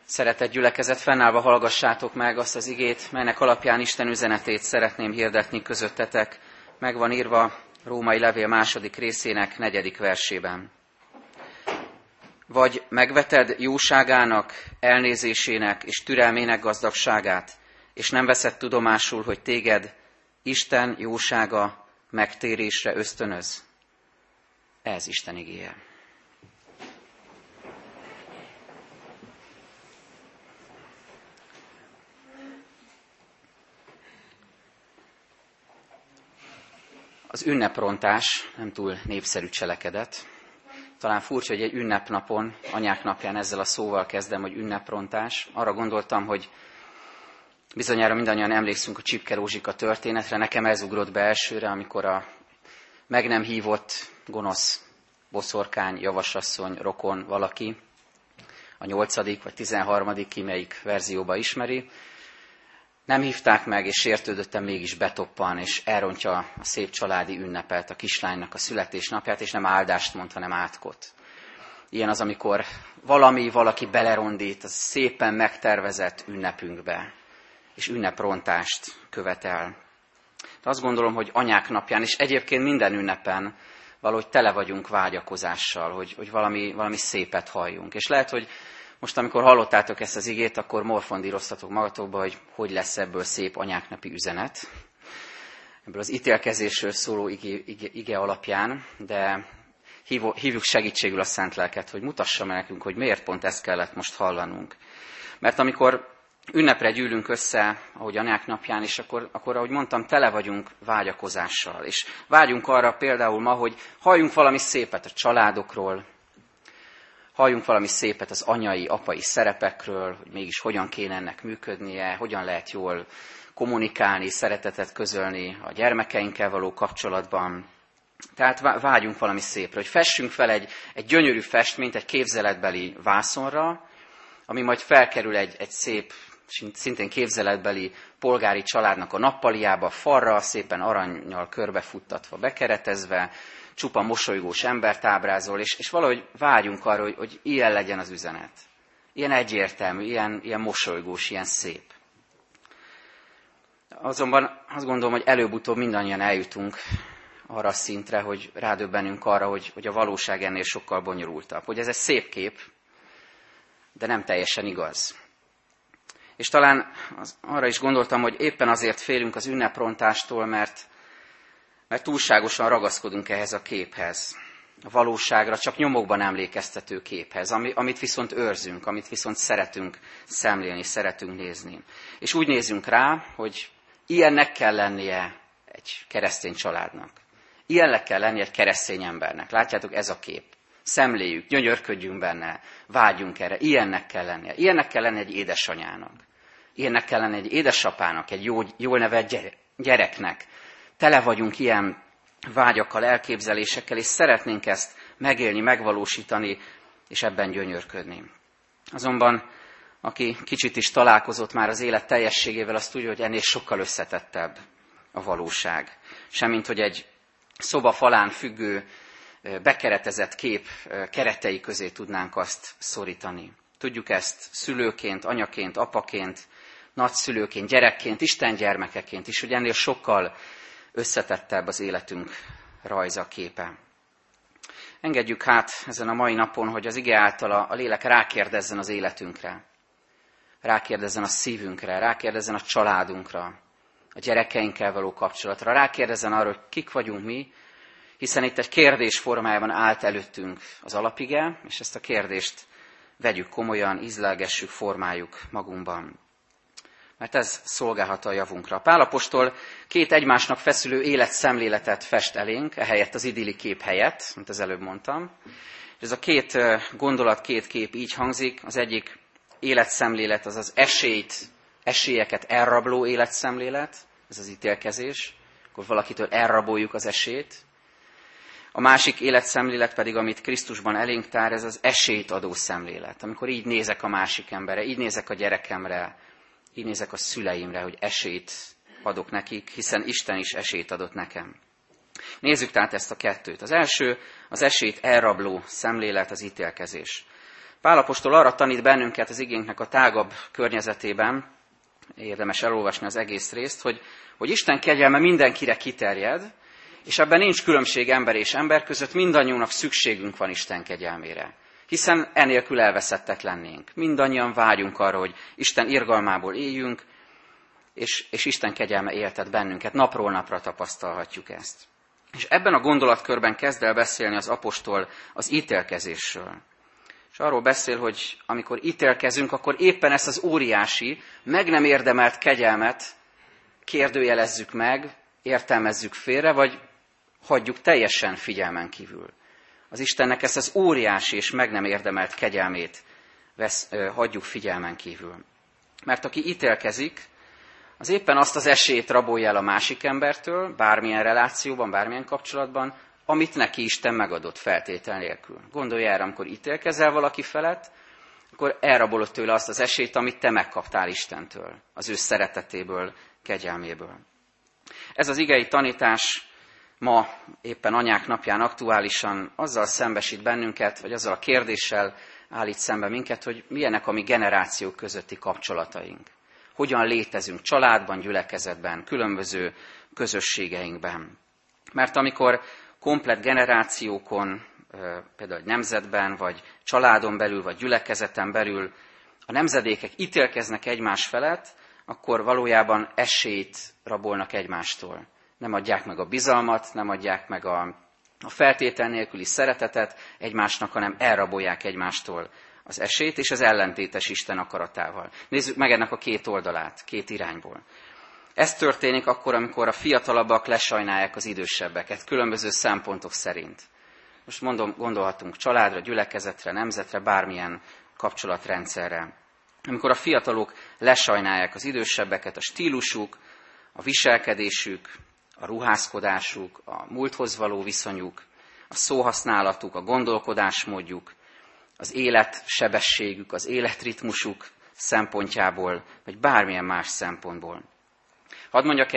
Szeretett gyülekezet, fennállva hallgassátok meg azt az igét, melynek alapján Isten üzenetét szeretném hirdetni közöttetek. Meg van írva Római levél 2. részének 4. versében. Vagy megveted jóságának, elnézésének és türelmének gazdagságát, és nem veszed tudomásul, hogy téged Isten jósága megtérésre ösztönöz. Ez Isten igéje. Az ünneprontás nem túl népszerű cselekedet. Talán furcsa, hogy egy ünnepnapon, anyák napján ezzel a szóval kezdem, hogy ünneprontás. Arra gondoltam, hogy bizonyára mindannyian emlékszünk a Csipke Rózsika történetre. Nekem ez ugrott be elsőre, amikor a meg nem hívott gonosz boszorkány, javasasszony, rokon valaki, a 8. vagy 13. ki melyik verzióba ismeri, nem hívták meg, és sértődöttem, mégis betoppan, és elrontja a szép családi ünnepet, a kislánynak a születésnapját, és nem áldást mond, hanem átkot. Ilyen az, amikor valaki belerondít a szépen megtervezett ünnepünkbe, és ünneprontást követel. De azt gondolom, hogy anyák napján, és egyébként minden ünnepen valahogy tele vagyunk vágyakozással, hogy valami szépet halljunk. És lehet, hogy most, amikor hallottátok ezt az igét, akkor morfondíroztatok magatokba, hogy lesz ebből szép anyáknapi üzenet. Ebből az ítélkezésről szóló ige alapján, de hívjuk segítségül a Szent Lelket, hogy mutassa meg nekünk, hogy miért pont ezt kellett most hallanunk. Mert amikor ünnepre gyűlünk össze, ahogy anyák napján, és akkor, ahogy mondtam, tele vagyunk vágyakozással. És vágyunk arra például ma, hogy halljunk valami szépet a családokról, halljunk valami szépet az anyai, apai szerepekről, hogy mégis hogyan kéne ennek működnie, hogyan lehet jól kommunikálni, szeretetet közölni a gyermekeinkkel való kapcsolatban. Tehát vágyunk valami szépre, hogy fessünk fel egy gyönyörű festményt egy képzeletbeli vászonra, ami majd felkerül egy szép, szintén képzeletbeli polgári családnak a nappaliába, falra, szépen arannyal körbefuttatva, bekeretezve, csupa mosolygós embert ábrázol, és valahogy vágyunk arra, hogy ilyen legyen az üzenet. Ilyen egyértelmű, ilyen mosolygós, ilyen szép. Azonban azt gondolom, hogy előbb-utóbb mindannyian eljutunk arra a szintre, hogy rádöbbenünk arra, hogy a valóság ennél sokkal bonyolultabb. Hogy ez egy szép kép, de nem teljesen igaz. És talán arra is gondoltam, hogy éppen azért félünk az ünneprontástól, mert túlságosan ragaszkodunk ehhez a képhez, a valóságra, csak nyomokban emlékeztető képhez, amit viszont őrzünk, amit viszont szeretünk szemlélni, szeretünk nézni. És úgy nézünk rá, hogy ilyennek kell lennie egy keresztény családnak. Ilyennek kell lennie egy keresztény embernek. Látjátok, ez a kép. Szemléljük, gyönyörködjünk benne, vágyjunk erre. Ilyennek kell lennie. Ilyennek kell lennie egy édesanyának. Ilyennek kell lennie egy édesapának, egy jól nevelt gyereknek. Tele vagyunk ilyen vágyakkal, elképzelésekkel, és szeretnénk ezt megélni, megvalósítani, és ebben gyönyörködni. Azonban, aki kicsit is találkozott már az élet teljességével, azt tudja, hogy ennél sokkal összetettebb a valóság. Semmint, hogy egy szoba falán függő, bekeretezett kép keretei közé tudnánk azt szorítani. Tudjuk ezt szülőként, anyaként, apaként, nagyszülőként, gyerekként, Isten gyermekeként is, hogy ennél sokkal összetettebb az életünk rajza, képe. Engedjük hát ezen a mai napon, hogy az ige által a lélek rákérdezzen az életünkre, rákérdezzen a szívünkre, rákérdezzen a családunkra, a gyerekeinkkel való kapcsolatra, rákérdezzen arra, hogy kik vagyunk mi, hiszen itt egy kérdés formájában állt előttünk az alapige, és ezt a kérdést vegyük komolyan, ízlelgessük, formáljuk magunkban. Mert ez szolgálhat a javunkra. Pál apostol 2 egymásnak feszülő életszemléletet fest elénk, ehelyett az idilli kép helyett, mint az előbb mondtam. És ez a 2 gondolat, 2 kép így hangzik. Az egyik életszemlélet az esélyeket elrabló életszemlélet, ez az ítélkezés, akkor valakitől elraboljuk az esélyt. A másik életszemlélet pedig, amit Krisztusban elénk tár, ez az esélyt adó szemlélet. Amikor így nézek a másik emberre, így nézek a gyerekemre, így nézek a szüleimre, hogy esélyt adok nekik, hiszen Isten is esélyt adott nekem. Nézzük tehát ezt a 2. Az első, az esélyt elrabló szemlélet, az ítélkezés. Pál apostol arra tanít bennünket az igénknek a tágabb környezetében, érdemes elolvasni az egész részt, hogy Isten kegyelme mindenkire kiterjed, és ebben nincs különbség ember és ember között, mindannyiunknak szükségünk van Isten kegyelmére. Hiszen enélkül elveszettek lennénk. Mindannyian vágyunk arra, hogy Isten irgalmából éljünk, és Isten kegyelme éltet bennünket. Napról napra tapasztalhatjuk ezt. És ebben a gondolatkörben kezd el beszélni az apostol az ítélkezésről. És arról beszél, hogy amikor ítélkezünk, akkor éppen ezt az óriási, meg nem érdemelt kegyelmet kérdőjelezzük meg, értelmezzük félre, vagy hagyjuk teljesen figyelmen kívül. Az Istennek ezt az óriási és meg nem érdemelt kegyelmét hagyjuk figyelmen kívül. Mert aki ítélkezik, az éppen azt az esélyt rabolja el a másik embertől, bármilyen relációban, bármilyen kapcsolatban, amit neki Isten megadott feltétel nélkül. Gondolj erre, amikor ítélkezel valaki felett, akkor elrabolod tőle azt az esélyt, amit te megkaptál Istentől, az ő szeretetéből, kegyelméből. Ez az igei tanítás ma éppen anyák napján aktuálisan azzal szembesít bennünket, vagy azzal a kérdéssel állít szembe minket, hogy milyenek a mi generációk közötti kapcsolataink. Hogyan létezünk családban, gyülekezetben, különböző közösségeinkben. Mert amikor komplett generációkon, például egy nemzetben, vagy családon belül, vagy gyülekezeten belül a nemzedékek ítélkeznek egymás felett, akkor valójában esélyt rabolnak egymástól. Nem adják meg a bizalmat, nem adják meg a feltétel nélküli szeretetet egymásnak, hanem elrabolják egymástól az esélyt, és az ellentétes Isten akaratával. Nézzük meg ennek a két oldalát, két irányból. Ez történik akkor, amikor a fiatalabbak lesajnálják az idősebbeket, különböző szempontok szerint. Most gondolhatunk családra, gyülekezetre, nemzetre, bármilyen kapcsolatrendszerre. Amikor a fiatalok lesajnálják az idősebbeket, a stílusuk, a viselkedésük, a ruházkodásuk, a múlthoz való viszonyuk, a szóhasználatuk, a gondolkodásmódjuk, az életsebességük, az életritmusuk szempontjából, vagy bármilyen más szempontból. Hadd mondjak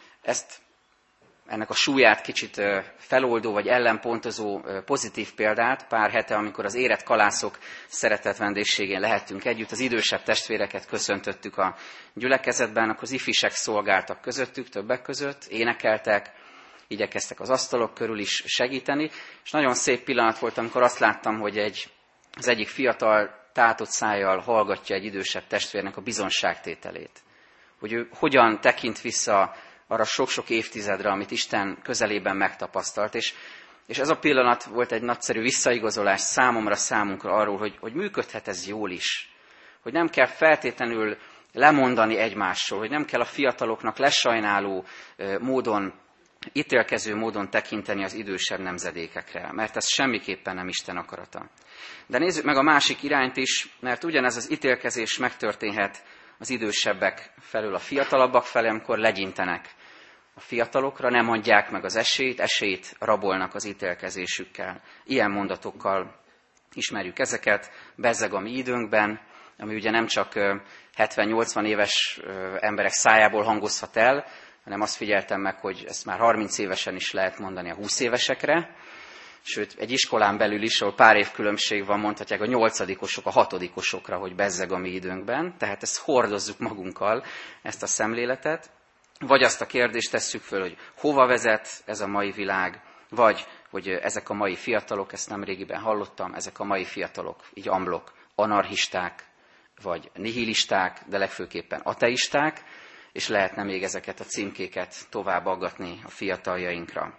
ennek a súlyát kicsit feloldó vagy ellenpontozó pozitív példát. Pár hete, amikor az érett kalászok szeretett vendégségén lehettünk együtt, az idősebb testvéreket köszöntöttük a gyülekezetben, akkor az ifisek szolgáltak közöttük, többek között, énekeltek, igyekeztek az asztalok körül is segíteni, és nagyon szép pillanat volt, amikor azt láttam, hogy az egyik fiatal tátott szájjal hallgatja egy idősebb testvérnek a bizonságtételét. Hogy ő hogyan tekint vissza arra sok-sok évtizedre, amit Isten közelében megtapasztalt. És ez a pillanat volt egy nagyszerű visszaigazolás számunkra arról, hogy működhet ez jól is. Hogy nem kell feltétlenül lemondani egymásról, hogy nem kell a fiataloknak lesajnáló módon, ítélkező módon tekinteni az idősebb nemzedékekre, mert ez semmiképpen nem Isten akarata. De nézzük meg a másik irányt is, mert ugyanez az ítélkezés megtörténhet az idősebbek felől a fiatalabbak felé, amikor legyintenek a fiatalokra, nem adják meg az esélyt rabolnak az ítélkezésükkel. Ilyen mondatokkal ismerjük ezeket, bezzeg a mi időnkben, ami ugye nem csak 70-80 éves emberek szájából hangozhat el, hanem azt figyeltem meg, hogy ezt már 30 évesen is lehet mondani a 20 évesekre, sőt, egy iskolán belül is, ahol pár év különbség van, mondhatják a 8-osok a 6-osokra, hogy bezzeg a mi időnkben. Tehát ezt hordozzuk magunkkal, ezt a szemléletet. Vagy azt a kérdést tesszük föl, hogy hova vezet ez a mai világ, vagy hogy ezek a mai fiatalok, ezt nemrégiben hallottam, ezek a mai fiatalok, így amblok, anarchisták, vagy nihilisták, de legfőképpen ateisták, és lehetne még ezeket a címkéket tovább aggatni a fiataljainkra.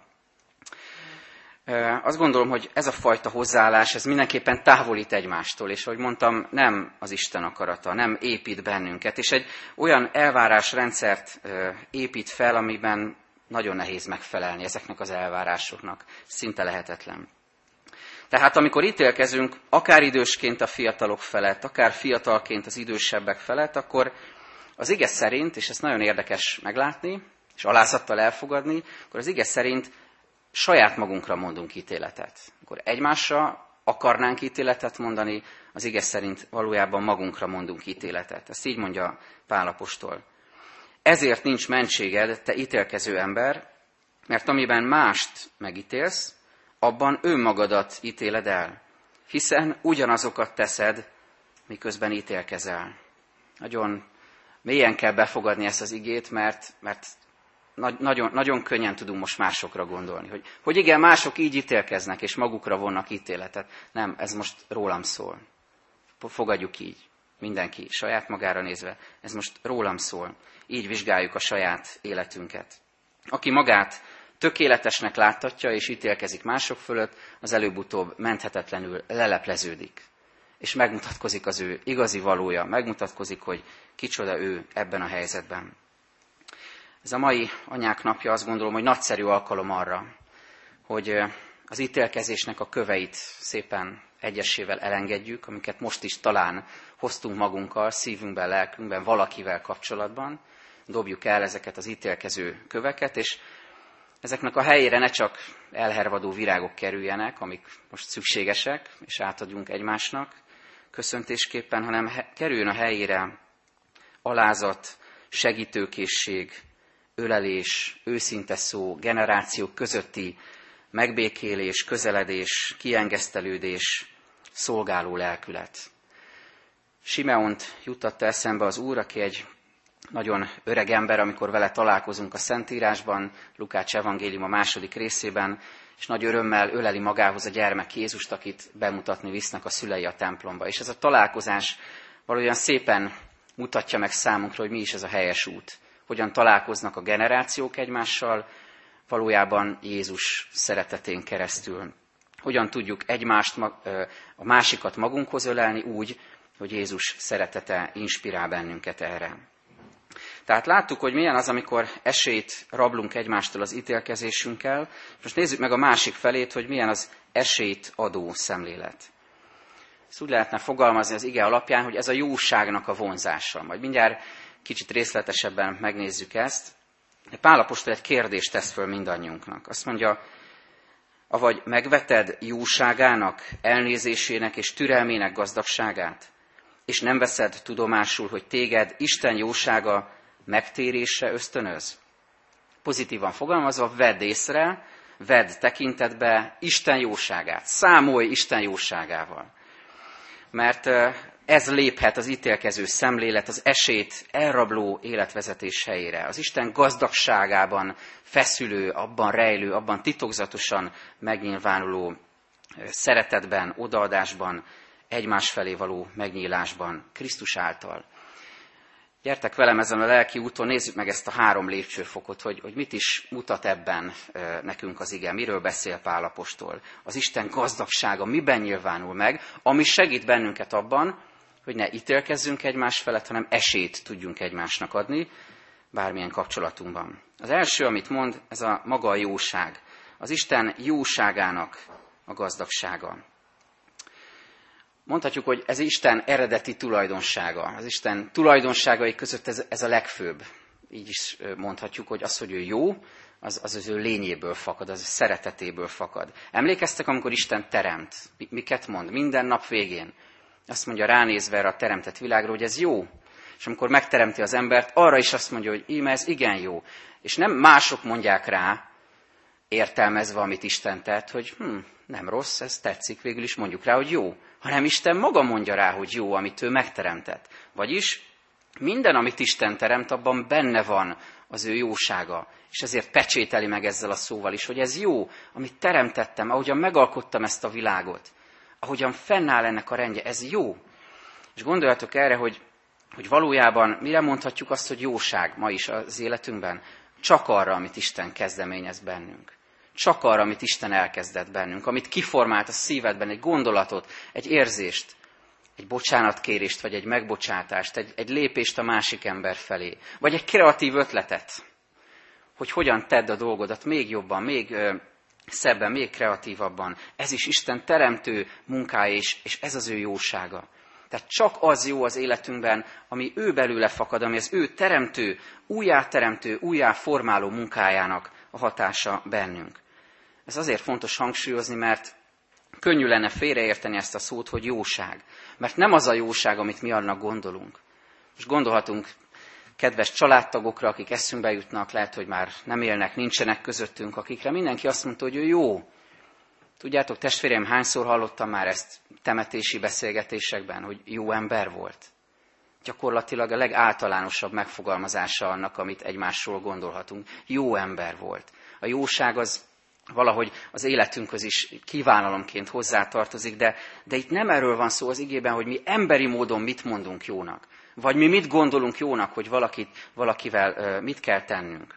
Azt gondolom, hogy ez a fajta hozzáállás, ez mindenképpen távolít egymástól, és ahogy mondtam, nem az Isten akarata, nem épít bennünket, és egy olyan elvárásrendszert épít fel, amiben nagyon nehéz megfelelni ezeknek az elvárásoknak, szinte lehetetlen. Tehát amikor ítélkezünk, akár idősként a fiatalok felett, akár fiatalként az idősebbek felett, akkor az ige szerint, és ezt nagyon érdekes meglátni, és alázattal elfogadni, akkor az ige szerint saját magunkra mondunk ítéletet. Akkor egymásra akarnánk ítéletet mondani, az ige szerint valójában magunkra mondunk ítéletet. Ezt így mondja Pál apostol. Ezért nincs mentséged, te ítélkező ember, mert amiben mást megítélsz, abban önmagadat ítéled el. hiszen ugyanazokat teszed, miközben ítélkezel. Nagyon mélyen kell befogadni ezt az igét, mert nagyon, nagyon könnyen tudunk most másokra gondolni. Hogy igen, mások így ítélkeznek, és magukra vonnak ítéletet. Nem, ez most rólam szól. Fogadjuk így. Mindenki saját magára nézve. Ez most rólam szól. Így vizsgáljuk a saját életünket. Aki magát tökéletesnek láttatja, és ítélkezik mások fölött, az előbb-utóbb menthetetlenül lelepleződik. És megmutatkozik az ő igazi valója, megmutatkozik, hogy kicsoda ő ebben a helyzetben. Ez a mai anyák napja, azt gondolom, hogy nagyszerű alkalom arra, hogy az ítélkezésnek a köveit szépen egyesével elengedjük, amiket most is talán hoztunk magunkkal, szívünkben, lelkünkben, valakivel kapcsolatban. Dobjuk el ezeket az ítélkező köveket, és ezeknek a helyére ne csak elhervadó virágok kerüljenek, amik most szükségesek, és átadjunk egymásnak köszöntésképpen, hanem kerüljön a helyére alázat, segítőkészség, ölelés, őszinte szó, generációk közötti megbékélés, közeledés, kiengesztelődés, szolgáló lelkület. Simeont juttatta eszembe az Úr, aki egy nagyon öreg ember, amikor vele találkozunk a Szentírásban, Lukács evangélium a 2. részében, és nagy örömmel öleli magához a gyermek Jézust, akit bemutatni visznek a szülei a templomba. És ez a találkozás valójában szépen mutatja meg számunkra, hogy mi is ez a helyes út. Hogyan találkoznak a generációk egymással, valójában Jézus szeretetén keresztül. Hogyan tudjuk egymást, a másikat magunkhoz ölelni úgy, hogy Jézus szeretete inspirál bennünket erre. Tehát láttuk, hogy milyen az, amikor esélyt rablunk egymástól az ítélkezésünkkel. Most nézzük meg a másik felét, hogy milyen az esélyt adó szemlélet. Ezt úgy lehetne fogalmazni az ige alapján, hogy ez a jóságnak a vonzása. Majd mindjárt kicsit részletesebben megnézzük ezt. Pál apostol egy kérdést tesz föl mindannyiunknak. Azt mondja, avagy megveted jóságának, elnézésének és türelmének gazdagságát, és nem veszed tudomásul, hogy téged Isten jósága megtérésre ösztönöz? Pozitívan fogalmazva, vedd észre, vedd tekintetbe Isten jóságát, számolj Isten jóságával. Mert ez léphet az ítélkező szemlélet, az esélyt elrabló életvezetés helyére. Az Isten gazdagságában feszülő, abban rejlő, abban titokzatosan megnyilvánuló szeretetben, odaadásban, egymás felé való megnyílásban, Krisztus által. Gyertek velem ezen a lelki úton, nézzük meg ezt a 3 lépcsőfokot, hogy mit is mutat ebben nekünk az ige, miről beszél Pál apostol. Az Isten gazdagsága miben nyilvánul meg, ami segít bennünket abban, hogy ne ítélkezzünk egymás felett, hanem esélyt tudjunk egymásnak adni bármilyen kapcsolatunkban. Az első, amit mond, ez a maga a jóság. Az Isten jóságának a gazdagsága. Mondhatjuk, hogy ez Isten eredeti tulajdonsága. Az Isten tulajdonságai között ez a legfőbb. Így is mondhatjuk, hogy az, hogy ő jó, az ő lényéből fakad, az ő szeretetéből fakad. Emlékeztek, amikor Isten teremt? Miket mond? Minden nap végén. Azt mondja ránézve erre a teremtett világra, hogy ez jó. És amikor megteremti az embert, arra is azt mondja, hogy íme ez igen jó. És nem mások mondják rá, értelmezve, amit Isten tett, hogy nem rossz, ez tetszik, végül is mondjuk rá, hogy jó. Hanem Isten maga mondja rá, hogy jó, amit ő megteremtett. Vagyis minden, amit Isten teremt, abban benne van az ő jósága. És ezért pecsételi meg ezzel a szóval is, hogy ez jó, amit teremtettem, ahogyan megalkottam ezt a világot, ahogyan fennáll ennek a rendje, ez jó. És gondoljatok erre, hogy valójában mire mondhatjuk azt, hogy jóság ma is az életünkben? Csak arra, amit Isten kezdeményez bennünk. Csak arra, amit Isten elkezdett bennünk, amit kiformált a szívedben, egy gondolatot, egy érzést, egy bocsánatkérést, vagy egy megbocsátást, egy lépést a másik ember felé, vagy egy kreatív ötletet, hogy hogyan tedd a dolgodat még jobban, még szebben, még kreatívabban. Ez is Isten teremtő munkája, és ez az ő jósága. Tehát csak az jó az életünkben, ami ő belőle fakad, ami az ő teremtő, újjáformáló munkájának a hatása bennünk. Ez azért fontos hangsúlyozni, mert könnyű lenne félreérteni ezt a szót, hogy jóság. Mert nem az a jóság, amit mi annak gondolunk. Most gondolhatunk kedves családtagokra, akik eszünkbe jutnak, lehet, hogy már nem élnek, nincsenek közöttünk, akikre mindenki azt mondta, hogy ő jó. Tudjátok, testvéreim, hányszor hallottam már ezt temetési beszélgetésekben, hogy jó ember volt? Gyakorlatilag a legáltalánosabb megfogalmazása annak, amit egymásról gondolhatunk. Jó ember volt. A jóság az valahogy az életünkhöz is kívánalomként hozzátartozik, de itt nem erről van szó az igében, hogy mi emberi módon mit mondunk jónak. Vagy mi mit gondolunk jónak, hogy valakivel mit kell tennünk.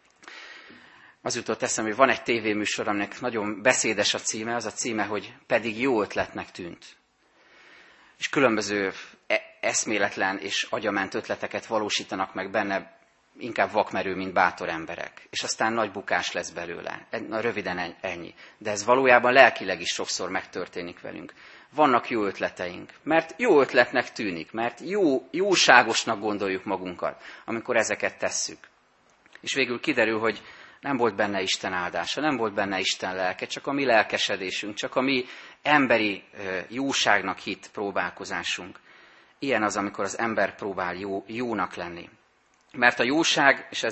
Az jutott eszembe, hogy van egy tévéműsor, aminek nagyon beszédes a címe, az a címe, hogy Pedig jó ötletnek tűnt. És különböző eszméletlen és agyament ötleteket valósítanak meg benne, inkább vakmerő, mint bátor emberek. És aztán nagy bukás lesz belőle. Röviden ennyi. De ez valójában lelkileg is sokszor megtörténik velünk. Vannak jó ötleteink, mert jó ötletnek tűnik, mert jóságosnak gondoljuk magunkat, amikor ezeket tesszük. És végül kiderül, hogy nem volt benne Isten áldása, nem volt benne Isten lelke, csak a mi lelkesedésünk, csak a mi emberi jóságnak hitt próbálkozásunk. Ilyen az, amikor az ember próbál jónak lenni. Mert a jóság, és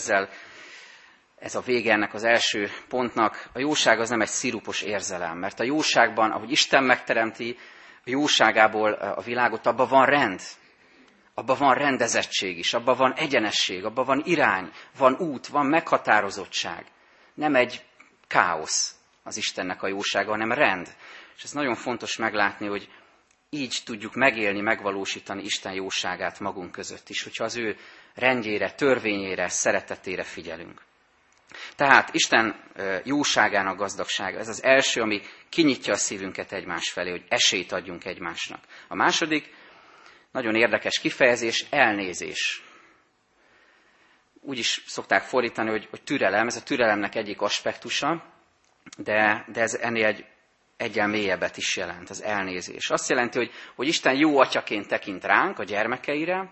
ez a vége ennek az első pontnak, a jóság az nem egy szirupos érzelem. Mert a jóságban, ahogy Isten megteremti a jóságából a világot, abban van rend. Abban van rendezettség is, abban van egyenesség, abban van irány, van út, van meghatározottság. Nem egy káosz az Istennek a jósága, hanem rend. És ez nagyon fontos meglátni, hogy így tudjuk megélni, megvalósítani Isten jóságát magunk között is, hogyha az ő rendjére, törvényére, szeretetére figyelünk. Tehát Isten jóságának gazdagsága, ez az első, ami kinyitja a szívünket egymás felé, hogy esélyt adjunk egymásnak. A második, nagyon érdekes kifejezés, elnézés. Úgy is szokták fordítani, hogy türelem, ez a türelemnek egyik aspektusa, de ez ennél egyel mélyebbet is jelent, az elnézés. Azt jelenti, hogy Isten jó atyaként tekint ránk, a gyermekeire,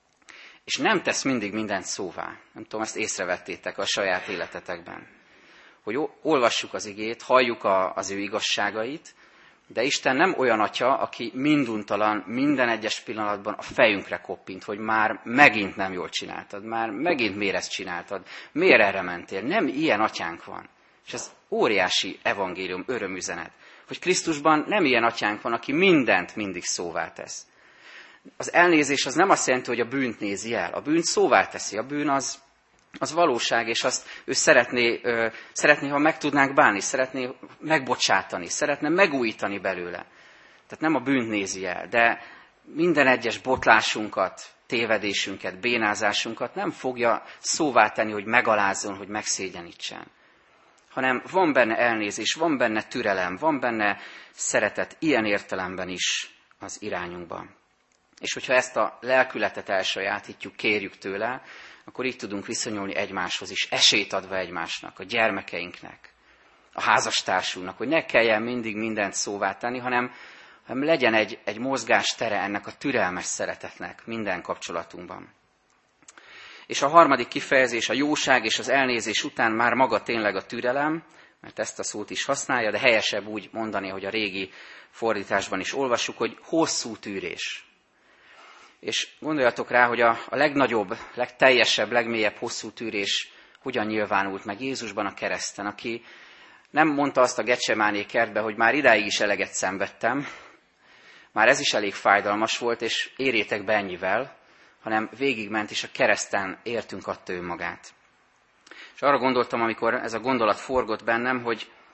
és nem tesz mindig mindent szóvá. Nem tudom, ezt észrevettétek a saját életetekben. Hogy olvassuk az igét, halljuk az ő igazságait, de Isten nem olyan atya, aki minduntalan, minden egyes pillanatban a fejünkre koppint, hogy már megint nem jól csináltad, már megint miért ezt csináltad, miért erre mentél. Nem ilyen atyánk van. És ez óriási evangélium, örömüzenet, hogy Krisztusban nem ilyen atyánk van, aki mindent mindig szóvá tesz. Az elnézés az nem azt jelenti, hogy a bűnt nézi el. A bűnt szóvá teszi. A bűn az valóság, és azt ő szeretné, ha meg tudnánk bánni, szeretné megbocsátani, szeretne megújítani belőle. Tehát nem a bűnt nézi el, de minden egyes botlásunkat, tévedésünket, bénázásunkat nem fogja szóvá tenni, hogy megalázzon, hogy megszégyenítsen. Hanem van benne elnézés, van benne türelem, van benne szeretet, ilyen értelemben is az irányunkban. És hogyha ezt a lelkületet elsajátítjuk, kérjük tőle, akkor így tudunk viszonyulni egymáshoz is, esélyt adva egymásnak, a gyermekeinknek, a házastársunknak, hogy ne kelljen mindig mindent szóvá tenni, hanem legyen egy mozgástere ennek a türelmes szeretetnek minden kapcsolatunkban. És a harmadik kifejezés, a jóság és az elnézés után már maga tényleg a türelem, mert ezt a szót is használja, de helyesebb úgy mondani, hogy a régi fordításban is olvassuk, hogy hosszú tűrés. És gondoljatok rá, hogy a legnagyobb, legteljesebb, legmélyebb hosszú tűrés hogyan nyilvánult meg Jézusban a kereszten, aki nem mondta azt a Getsemáné kertbe, hogy már idáig is eleget szenvedtem, már ez is elég fájdalmas volt, és érjétek be ennyivel, hanem végigment, és a kereszten értünk adta önmagát. És arra gondoltam, amikor ez a gondolat forgott bennem,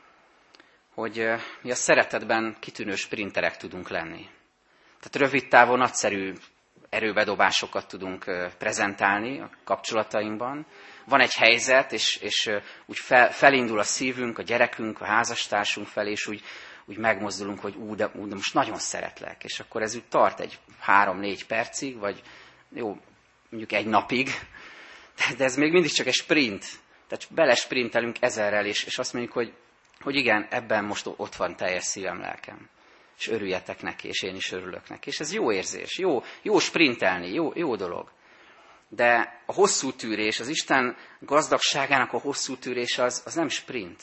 hogy mi a szeretetben kitűnő sprinterek tudunk lenni. Tehát rövid távon nagyszerű erőbedobásokat tudunk prezentálni a kapcsolatainkban. Van egy helyzet, és úgy felindul a szívünk, a gyerekünk, a házastársunk felé, és úgy megmozdulunk, hogy de most nagyon szeretlek. És akkor ez úgy tart egy 3-4 percig, vagy jó, mondjuk egy napig, de ez még mindig csak egy sprint. Tehát belesprintelünk ezerrel, és azt mondjuk, hogy igen, ebben most ott van teljes szívem, lelkem. És örüljetek neki, és én is örülök neki. És ez jó érzés, jó sprintelni, jó dolog. De a hosszú tűrés, az Isten gazdagságának a hosszú tűrés az nem sprint.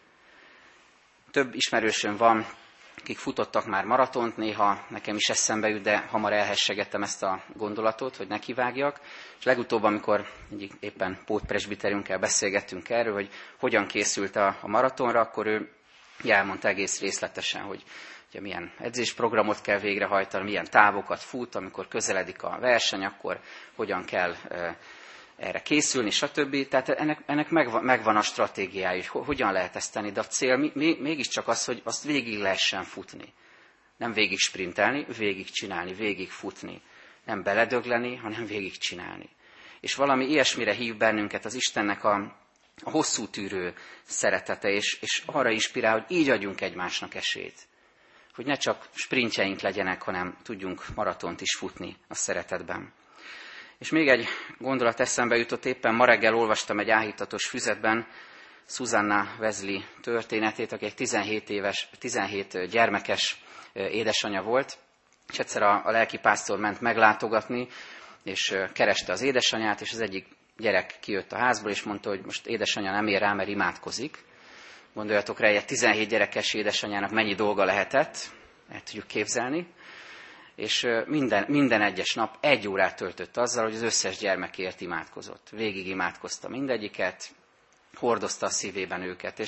Több ismerősöm van, akik futottak már maratont, néha nekem is eszembe jut, de hamar elhessegettem ezt a gondolatot, hogy nekivágjak. És legutóbb, amikor éppen pótpresbiterünkkel beszélgettünk erről, hogy hogyan készült a maratonra, akkor ő elmondta egész részletesen, hogy ugye milyen edzésprogramot kell végrehajtani, milyen távokat fut, amikor közeledik a verseny, akkor hogyan kell erre készülni, stb. Tehát ennek megvan a stratégiája, hogy hogyan lehet ezt tenni, de a cél mégiscsak az, hogy azt végig lehessen futni. Nem végig sprintelni, végig csinálni, végig futni. Nem beledögleni, hanem végig csinálni. És valami ilyesmire hív bennünket az Istennek a hosszú tűrő szeretete, és arra inspirál, hogy így adjunk egymásnak esélyt. Hogy ne csak sprintjeink legyenek, hanem tudjunk maratont is futni a szeretetben. És még egy gondolat eszembe jutott, éppen ma reggel olvastam egy áhítatos füzetben Susanna Wesley történetét, aki egy 17 gyermekes édesanyja volt, és egyszer a lelkipásztor ment meglátogatni, és kereste az édesanyját, és az egyik gyerek kijött a házból, és mondta, hogy most édesanyja nem ér rá, mert imádkozik. Gondoljatok rá, egy 17 gyerekes édesanyjának mennyi dolga lehetett, el tudjuk képzelni. És minden egyes nap 1 órát töltött azzal, hogy az összes gyermekért imádkozott. Végig imádkozta mindegyiket, hordozta a szívében őket,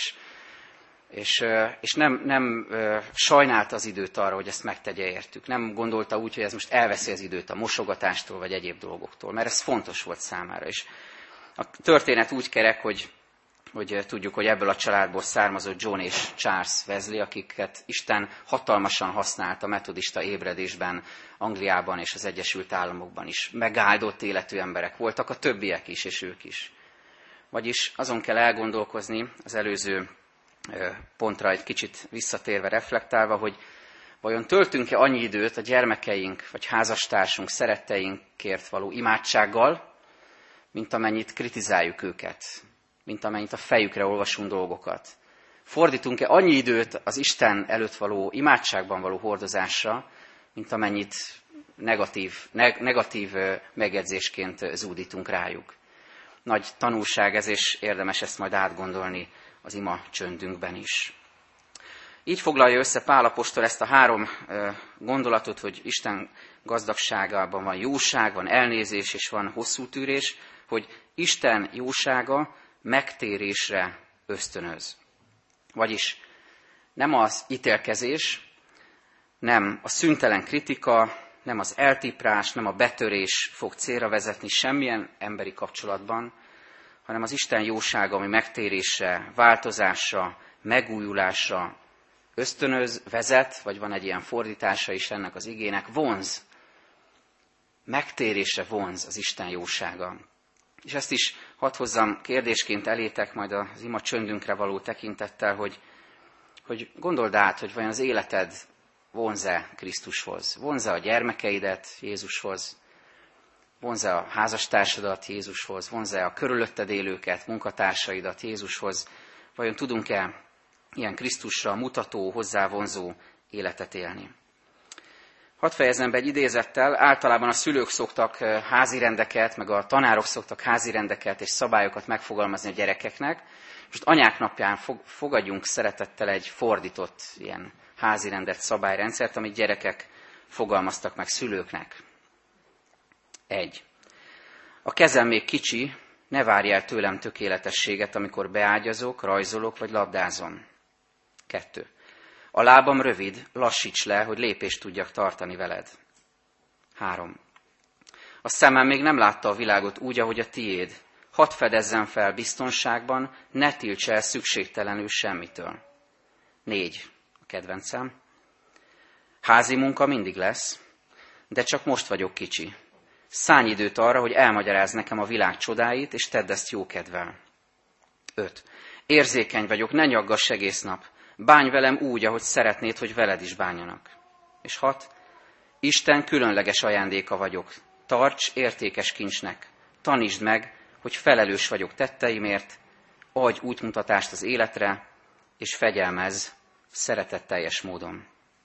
és nem sajnálta az időt arra, hogy ezt megtegye értük. Nem gondolta úgy, hogy ez most elveszi az időt a mosogatástól, vagy egyéb dolgoktól, mert ez fontos volt számára. És a történet úgy kerek, hogy tudjuk, hogy ebből a családból származott John és Charles Wesley, akiket Isten hatalmasan használt a metodista ébredésben, Angliában és az Egyesült Államokban is. Megáldott életű emberek voltak, a többiek is, és ők is. Vagyis azon kell elgondolkozni, az előző pontra egy kicsit visszatérve, reflektálva, hogy vajon töltünk-e annyi időt a gyermekeink, vagy házastársunk, szeretteinkért való imádsággal, mint amennyit kritizáljuk őket, mint amennyit a fejükre olvasunk dolgokat. Fordítunk-e annyi időt az Isten előtt való imádságban való hordozásra, mint amennyit negatív megjegyzésként zúdítunk rájuk. Nagy tanulság ez, és érdemes ezt majd átgondolni az ima csöndünkben is. Így foglalja össze Pál apostol ezt a 3 gondolatot, hogy Isten gazdagságában van jóság, van elnézés és van hosszú tűrés, hogy Isten jósága megtérésre ösztönöz. Vagyis nem az ítélkezés, nem a szüntelen kritika, nem az eltiprás, nem a betörés fog célra vezetni semmilyen emberi kapcsolatban, hanem az Isten jósága, ami megtérésre, változásra, megújulásra ösztönöz, vezet, vagy van egy ilyen fordítása is ennek az igének, vonz. Megtérésre vonz az Isten jósága. És ezt is hadd hozzam kérdésként elétek, majd az ima csöndünkre való tekintettel, hogy gondold át, hogy vajon az életed vonz-e Krisztushoz, vonz-e a gyermekeidet Jézushoz, vonz-e a házastársadat Jézushoz, vonz-e a körülötted élőket, munkatársaidat Jézushoz, vajon tudunk-e ilyen Krisztusra mutató, hozzávonzó életet élni. Hadd fejezzem be egy idézettel, általában a szülők szoktak házirendeket, meg a tanárok szoktak házirendeket és szabályokat megfogalmazni a gyerekeknek. Most anyák napján fogadjunk szeretettel egy fordított ilyen házirendet, szabályrendszert, amit gyerekek fogalmaztak meg szülőknek. 1. A kezem még kicsi, ne várj el tőlem tökéletességet, amikor beágyazok, rajzolok vagy labdázom. 2. A lábam rövid, lassíts le, hogy lépést tudjak tartani veled. 3. A szemem még nem látta a világot úgy, ahogy a tiéd. Hadd fedezzen fel biztonságban, ne tilts el szükségtelenül semmitől. 4. A kedvencem. Házi munka mindig lesz, de csak most vagyok kicsi. Szállj időt arra, hogy elmagyarázz nekem a világ csodáit, és tedd ezt jókedvel. 5. Érzékeny vagyok, ne nyaggass egész nap. Bánj velem úgy, ahogy szeretnéd, hogy veled is bánjanak. És 6. Isten különleges ajándéka vagyok. Tarts értékes kincsnek. Tanítsd meg, hogy felelős vagyok tetteimért, adj útmutatást az életre, és fegyelmezz szeretetteljes módon.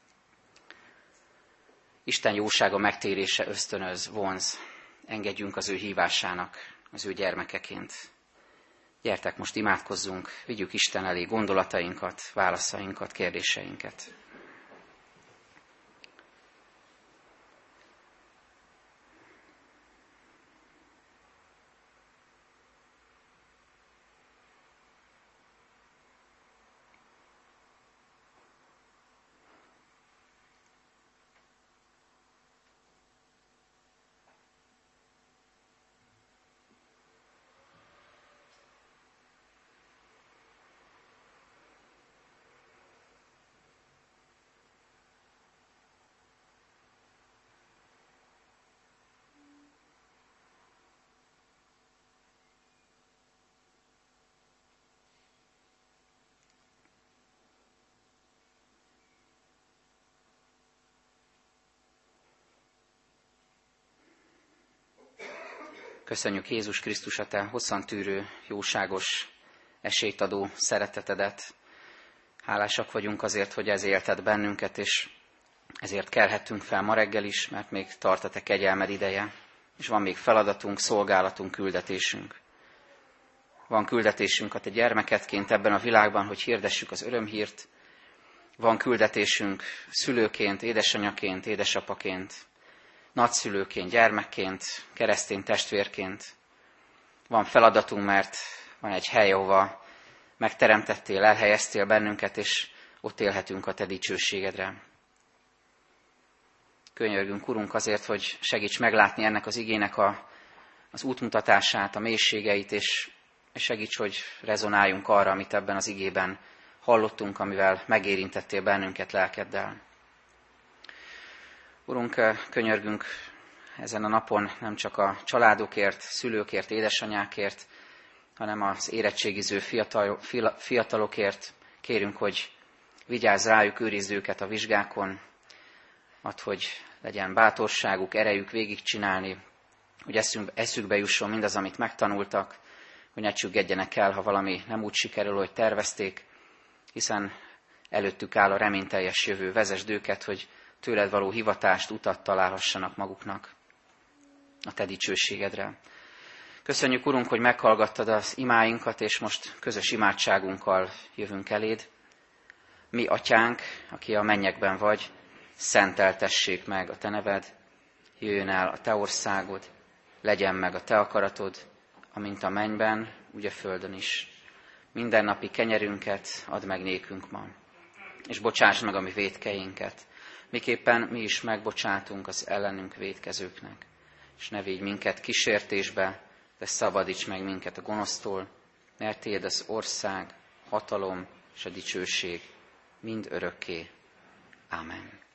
Isten jósága megtérése ösztönöz, vonz. Engedjünk az ő hívásának, az ő gyermekeként. Gyertek, most imádkozzunk, vigyük Isten elé gondolatainkat, válaszainkat, kérdéseinket. Köszönjük Jézus Krisztus, a Te hosszantűrő, jóságos, esélyt adó szeretetedet. Hálásak vagyunk azért, hogy ez éltet bennünket, és ezért kelhettünk fel ma reggel is, mert még tart a Te kegyelmed ideje, és van még feladatunk, szolgálatunk, küldetésünk. Van küldetésünk a Te gyermeketként ebben a világban, hogy hirdessük az örömhírt. Van küldetésünk szülőként, édesanyaként, édesapaként, nagyszülőként, gyermekként, keresztény testvérként. Van feladatunk, mert van egy hely, ahova megteremtettél, elhelyeztél bennünket, és ott élhetünk a Te dicsőségedre. Könyörgünk, Urunk, azért, hogy segíts meglátni ennek az igének az útmutatását, a mélységeit, és segíts, hogy rezonáljunk arra, amit ebben az igében hallottunk, amivel megérintettél bennünket lelkeddel. Urunk, könyörgünk ezen a napon nem csak a családokért, szülőkért, édesanyákért, hanem az érettségiző fiatalokért. Kérünk, hogy vigyázz rájuk, őrizd őket a vizsgákon, add, hogy legyen bátorságuk, erejük végigcsinálni, hogy eszükbe jusson mindaz, amit megtanultak, hogy ne csüggedjenek el, ha valami nem úgy sikerül, hogy tervezték, hiszen előttük áll a reményteljes jövő. Vezesd őket, hogy tőled való hivatást, utat találhassanak maguknak a Te dicsőségedre. Köszönjük, Urunk, hogy meghallgattad az imáinkat, és most közös imádságunkkal jövünk eléd. Mi, Atyánk, aki a mennyekben vagy, szenteltessék meg a Te neved, jöjjön el a Te országod, legyen meg a Te akaratod, amint a mennyben, úgy a földön is. Mindennapi kenyerünket add meg nékünk ma, és bocsáss meg a mi vétkeinket, miképpen mi is megbocsátunk az ellenünk vétkezőknek. És ne védj minket kísértésbe, de szabadíts meg minket a gonosztól, mert Tiéd az ország, hatalom és a dicsőség mind örökké. Ámen.